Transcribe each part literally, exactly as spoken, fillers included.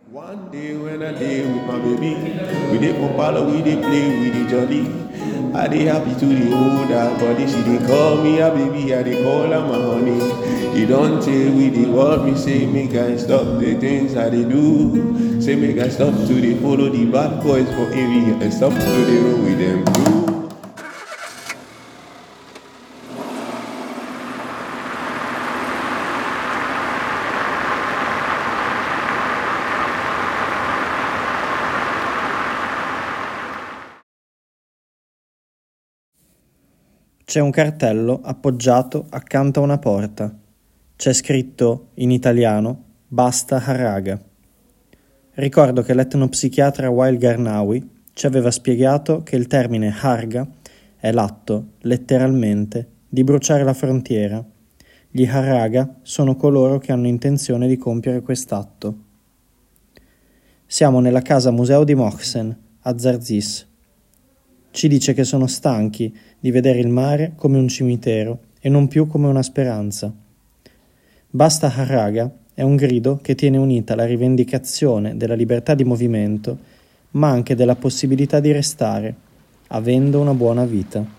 One day when I day with my baby, we dey for parlor, we dey play, we dey jolly. I dey happy to the hold her body, she dey call me her baby, I dey call her my honey. You don't tell we dey want me, say make I stop the things I dey do. Say make I stop to dey follow the bad boys for area and stop to dey roll with them too. C'è un cartello appoggiato accanto a una porta. C'è scritto, in italiano, Basta Harraga. Ricordo che l'etnopsichiatra Wael Garnawi ci aveva spiegato che il termine Harga è l'atto, letteralmente, di bruciare la frontiera. Gli Harraga sono coloro che hanno intenzione di compiere quest'atto. Siamo nella casa museo di Mohsen, a Zarzis. Ci dice che sono stanchi di vedere il mare come un cimitero e non più come una speranza. Basta Harraga è un grido che tiene unita la rivendicazione della libertà di movimento, ma anche della possibilità di restare, avendo una buona vita.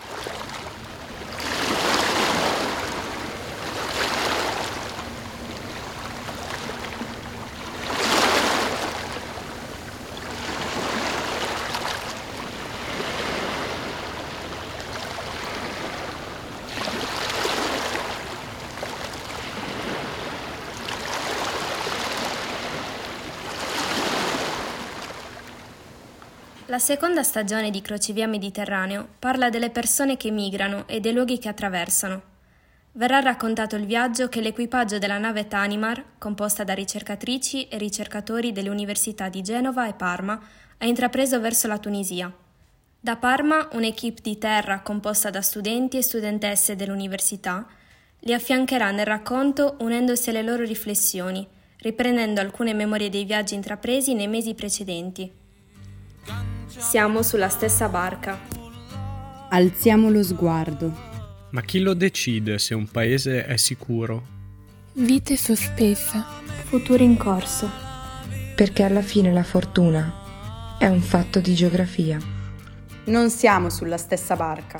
La seconda stagione di Crocevia Mediterraneo parla delle persone che migrano e dei luoghi che attraversano. Verrà raccontato il viaggio che l'equipaggio della nave Tanimar, composta da ricercatrici e ricercatori delle università di Genova e Parma, ha intrapreso verso la Tunisia. Da Parma, un'equipe di terra composta da studenti e studentesse dell'università li affiancherà nel racconto unendosi alle loro riflessioni, riprendendo alcune memorie dei viaggi intrapresi nei mesi precedenti. Siamo sulla stessa barca. Alziamo lo sguardo. Ma chi lo decide se un paese è sicuro? Vite sospese. Futuro in corso. Perché alla fine la fortuna è un fatto di geografia. Non siamo sulla stessa barca.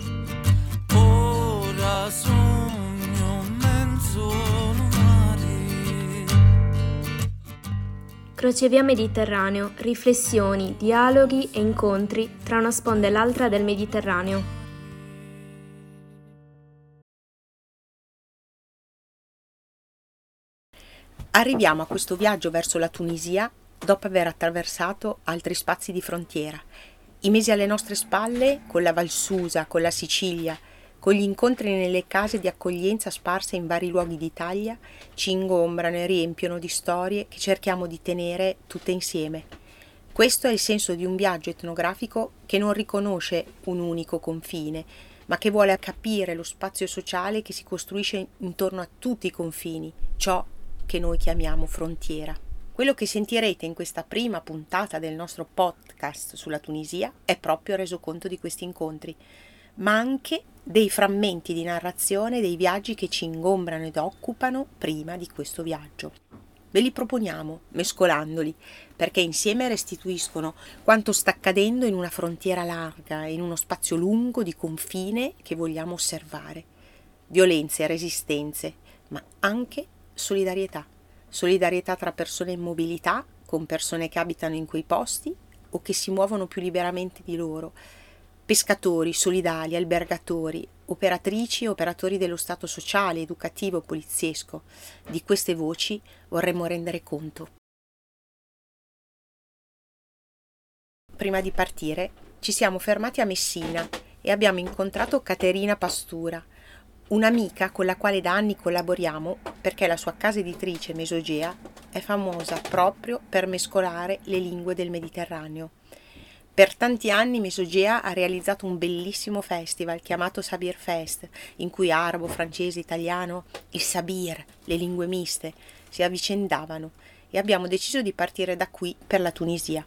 Ora sogno mezzo Crocevia Mediterraneo, riflessioni, dialoghi e incontri tra una sponda e l'altra del Mediterraneo. Arriviamo a questo viaggio verso la Tunisia dopo aver attraversato altri spazi di frontiera. I mesi alle nostre spalle, con la Val Susa, con la Sicilia, con gli incontri nelle case di accoglienza sparse in vari luoghi d'Italia, ci ingombrano e riempiono di storie che cerchiamo di tenere tutte insieme. Questo è il senso di un viaggio etnografico che non riconosce un unico confine, ma che vuole capire lo spazio sociale che si costruisce intorno a tutti i confini, ciò che noi chiamiamo frontiera. Quello che sentirete in questa prima puntata del nostro podcast sulla Tunisia è proprio resoconto di questi incontri, ma anche dei frammenti di narrazione dei viaggi che ci ingombrano ed occupano prima di questo viaggio. Ve li proponiamo, mescolandoli, perché insieme restituiscono quanto sta accadendo in una frontiera larga, in uno spazio lungo di confine che vogliamo osservare. Violenze e resistenze, ma anche solidarietà. Solidarietà tra persone in mobilità, con persone che abitano in quei posti o che si muovono più liberamente di loro. Pescatori, solidali, albergatori, operatrici e operatori dello stato sociale, educativo, poliziesco. Di queste voci vorremmo rendere conto. Prima di partire ci siamo fermati a Messina e abbiamo incontrato Caterina Pastura, un'amica con la quale da anni collaboriamo perché la sua casa editrice Mesogea è famosa proprio per mescolare le lingue del Mediterraneo. Per tanti anni Mesogea ha realizzato un bellissimo festival chiamato Sabir Fest, in cui arabo, francese, italiano, il Sabir, le lingue miste, si avvicendavano e abbiamo deciso di partire da qui per la Tunisia.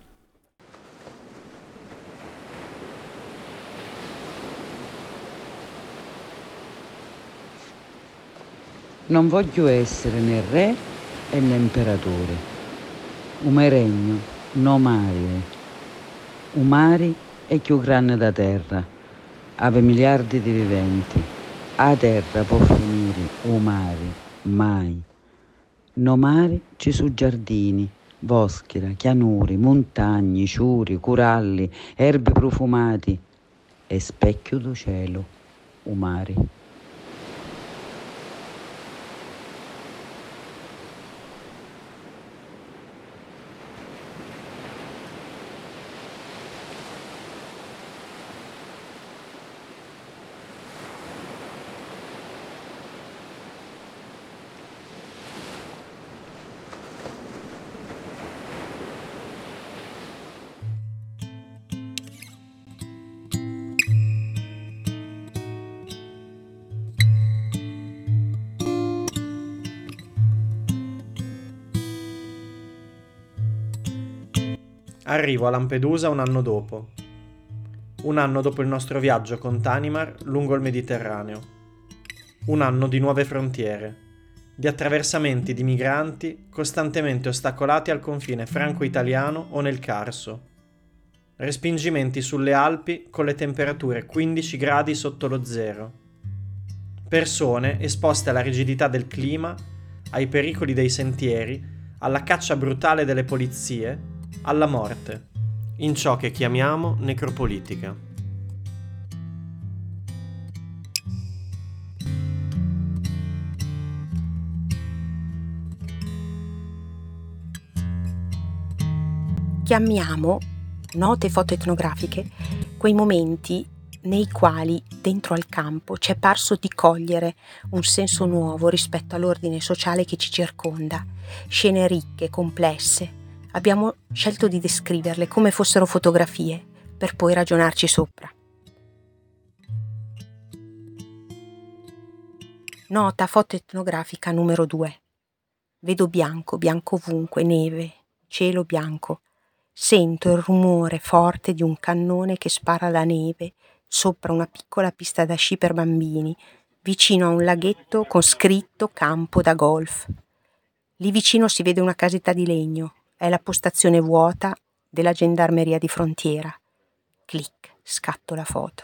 Non voglio essere né re e né imperatore. un regno, no mare. Un mare è più grande da terra, ha miliardi di viventi. A terra può finire un mare, mai. No mare ci sono giardini, boschi, chianuri, montagne, ciuri, coralli, erbe profumati e specchio do cielo, un mare. Arrivo a Lampedusa un anno dopo. Un anno dopo il nostro viaggio con Tanimar lungo il Mediterraneo. Un anno di nuove frontiere, di attraversamenti di migranti costantemente ostacolati al confine franco-italiano o nel Carso. Respingimenti sulle Alpi con le temperature quindici gradi sotto lo zero. Persone esposte alla rigidità del clima, ai pericoli dei sentieri, alla caccia brutale delle polizie, alla morte, in ciò che chiamiamo necropolitica. Chiamiamo note foto etnografiche quei momenti nei quali dentro al campo ci è parso di cogliere un senso nuovo rispetto all'ordine sociale che ci circonda, scene ricche, complesse. Abbiamo scelto di descriverle come fossero fotografie, per poi ragionarci sopra. Nota foto etnografica numero due. Vedo bianco, bianco ovunque, neve, cielo bianco. Sento il rumore forte di un cannone che spara la neve sopra una piccola pista da sci per bambini, vicino a un laghetto con scritto campo da golf. Lì vicino si vede una casetta di legno. È la postazione vuota della gendarmeria di frontiera. Clic, scatto la foto.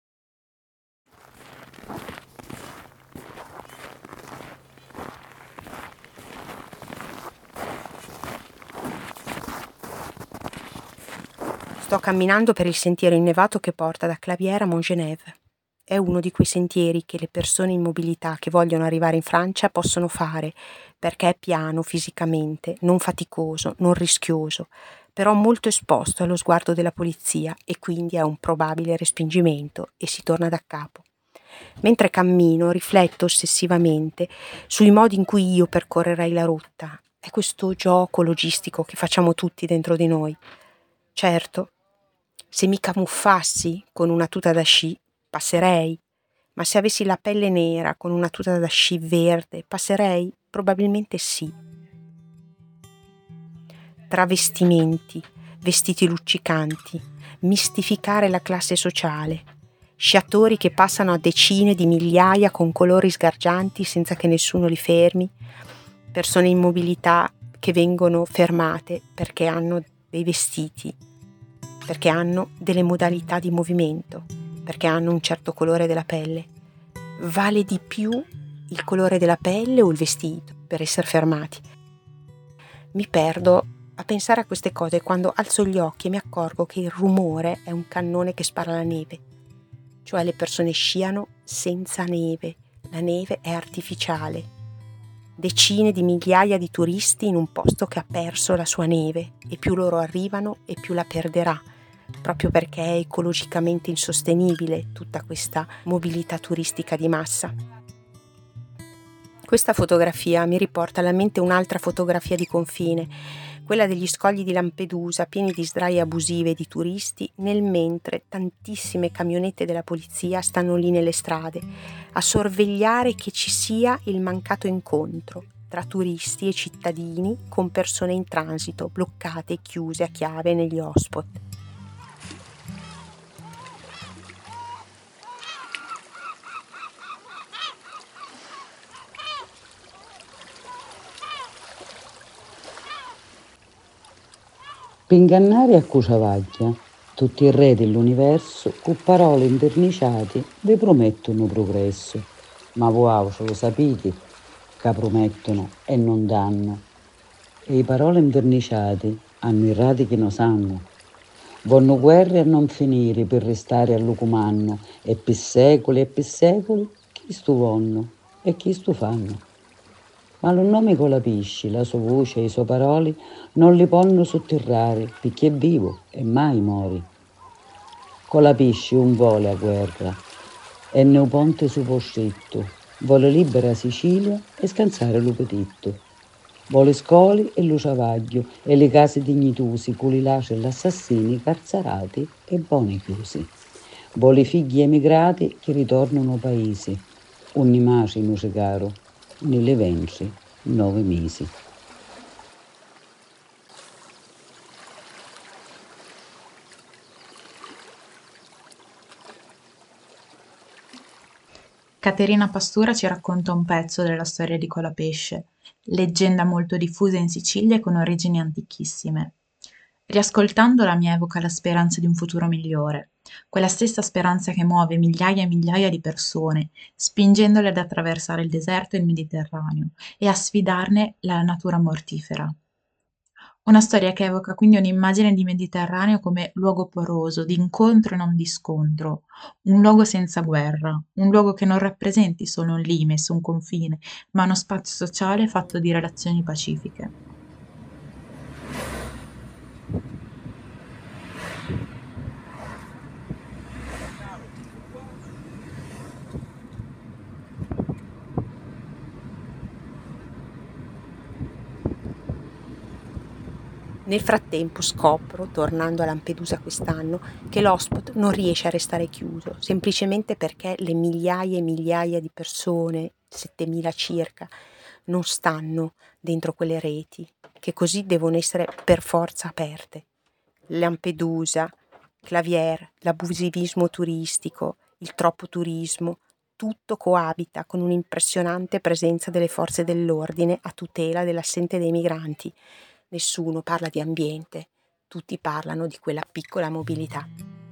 Sto camminando per il sentiero innevato che porta da Clavière a Montgenèvre. È uno di quei sentieri che le persone in mobilità che vogliono arrivare in Francia possono fare, perché è piano fisicamente, non faticoso, non rischioso, però molto esposto allo sguardo della polizia e quindi a un probabile respingimento e si torna da capo. Mentre cammino rifletto ossessivamente sui modi in cui io percorrerei la rotta. È questo gioco logistico che facciamo tutti dentro di noi. Certo, se mi camuffassi con una tuta da sci, passerei, ma se avessi la pelle nera con una tuta da sci verde, passerei? Probabilmente sì. Travestimenti, vestiti luccicanti, mistificare la classe sociale, sciatori che passano a decine di migliaia con colori sgargianti senza che nessuno li fermi, persone in mobilità che vengono fermate perché hanno dei vestiti, perché hanno delle modalità di movimento, perché hanno un certo colore della pelle. Vale di più il colore della pelle o il vestito per essere fermati? Mi perdo a pensare a queste cose quando alzo gli occhi e mi accorgo che il rumore è un cannone che spara la neve, cioè le persone sciano senza neve, la neve è artificiale. Decine di migliaia di turisti in un posto che ha perso la sua neve e più loro arrivano e più la perderà, proprio perché è ecologicamente insostenibile tutta questa mobilità turistica di massa. Questa fotografia mi riporta alla mente un'altra fotografia di confine, quella degli scogli di Lampedusa pieni di sdraie abusive di turisti, nel mentre tantissime camionette della polizia stanno lì nelle strade a sorvegliare che ci sia il mancato incontro tra turisti e cittadini con persone in transito bloccate e chiuse a chiave negli hotspot. Per ingannare a Cuciavaglia, tutti i re dell'universo, con parole interniciate, vi promettono progresso. Ma voi ce lo sapete che promettono e non danno. E le parole interniciate hanno i rati che non sanno. Vanno guerre a non finire per restare a Lucumanno e per secoli e per secoli chi sto vanno e chi sto fanno. Ma lo nome colapisci, la sua voce e le sue parole non li possono sotterrare perché è vivo e mai mori. Colapisci un vuole a guerra e nel ponte su Poscetto vuole libera Sicilia e scansare l'upetitto. Vuole scoli e Luciavaglio e le case dignitosi, cui lascia gli assassini carzarati e buoni chiusi. Vuole figli emigrati che ritornano ai paesi. Un immagino c'è caro, nelle ventre nove mesi. Caterina Pastura ci racconta un pezzo della storia di Colapesce, leggenda molto diffusa in Sicilia e con origini antichissime. Riascoltandola mi evoca la speranza di un futuro migliore, quella stessa speranza che muove migliaia e migliaia di persone, spingendole ad attraversare il deserto e il Mediterraneo e a sfidarne la natura mortifera. Una storia che evoca quindi un'immagine di Mediterraneo come luogo poroso, di incontro e non di scontro, un luogo senza guerra, un luogo che non rappresenti solo un limes, un confine, ma uno spazio sociale fatto di relazioni pacifiche. Nel frattempo scopro, tornando a Lampedusa quest'anno, che l'hotspot non riesce a restare chiuso, semplicemente perché le migliaia e migliaia di persone, settemila circa, non stanno dentro quelle reti, che così devono essere per forza aperte. Lampedusa, Clavier, l'abusivismo turistico, il troppo turismo, tutto coabita con un'impressionante presenza delle forze dell'ordine a tutela dell'assente dei migranti. Nessuno parla di ambiente, tutti parlano di quella piccola mobilità.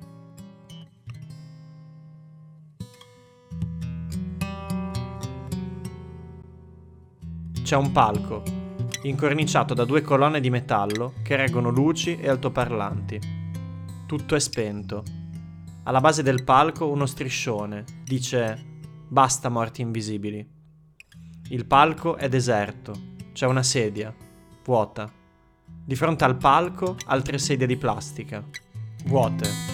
C'è un palco, incorniciato da due colonne di metallo che reggono luci e altoparlanti. Tutto è spento. Alla base del palco uno striscione dice «Basta morti invisibili». Il palco è deserto, c'è una sedia, vuota. Di fronte al palco altre sedie di plastica, vuote.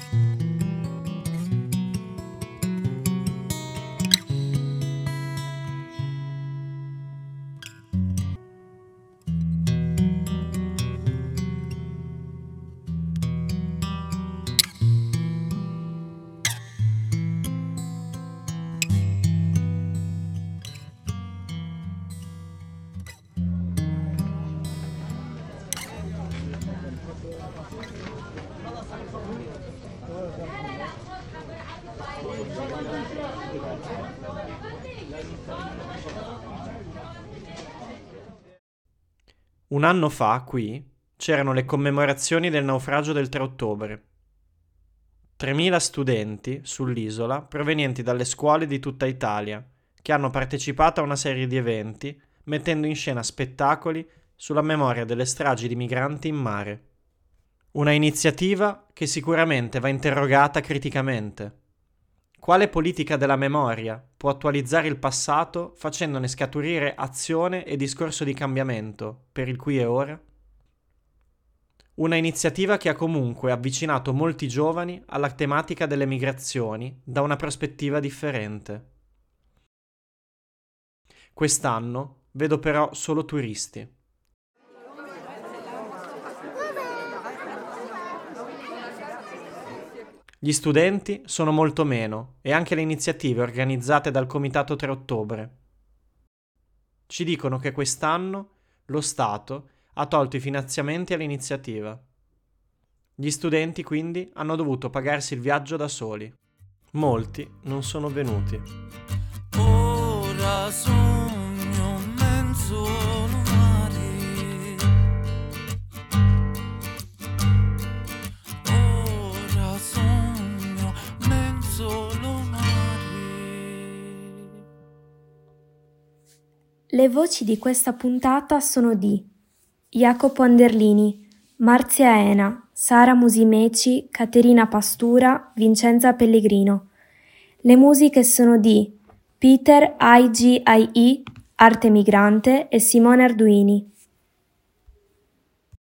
Un anno fa, qui, c'erano le commemorazioni del naufragio del tre ottobre. tremila studenti sull'isola provenienti dalle scuole di tutta Italia che hanno partecipato a una serie di eventi mettendo in scena spettacoli sulla memoria delle stragi di migranti in mare. Una iniziativa che sicuramente va interrogata criticamente. Quale politica della memoria può attualizzare il passato facendone scaturire azione e discorso di cambiamento per il qui e ora? Una iniziativa che ha comunque avvicinato molti giovani alla tematica delle migrazioni da una prospettiva differente. Quest'anno vedo però solo turisti. Gli studenti sono molto meno e anche le iniziative organizzate dal Comitato tre ottobre. Ci dicono che quest'anno lo Stato ha tolto i finanziamenti all'iniziativa. Gli studenti quindi hanno dovuto pagarsi il viaggio da soli. Molti non sono venuti. Ora sogno mezzo lunare Le voci di questa puntata sono di Jacopo Anderlini, Marzia Ena, Sara Musimeci, Caterina Pastura, Vincenza Pellegrino. Le musiche sono di Peter I G I E, Arte Migrante e Simone Arduini.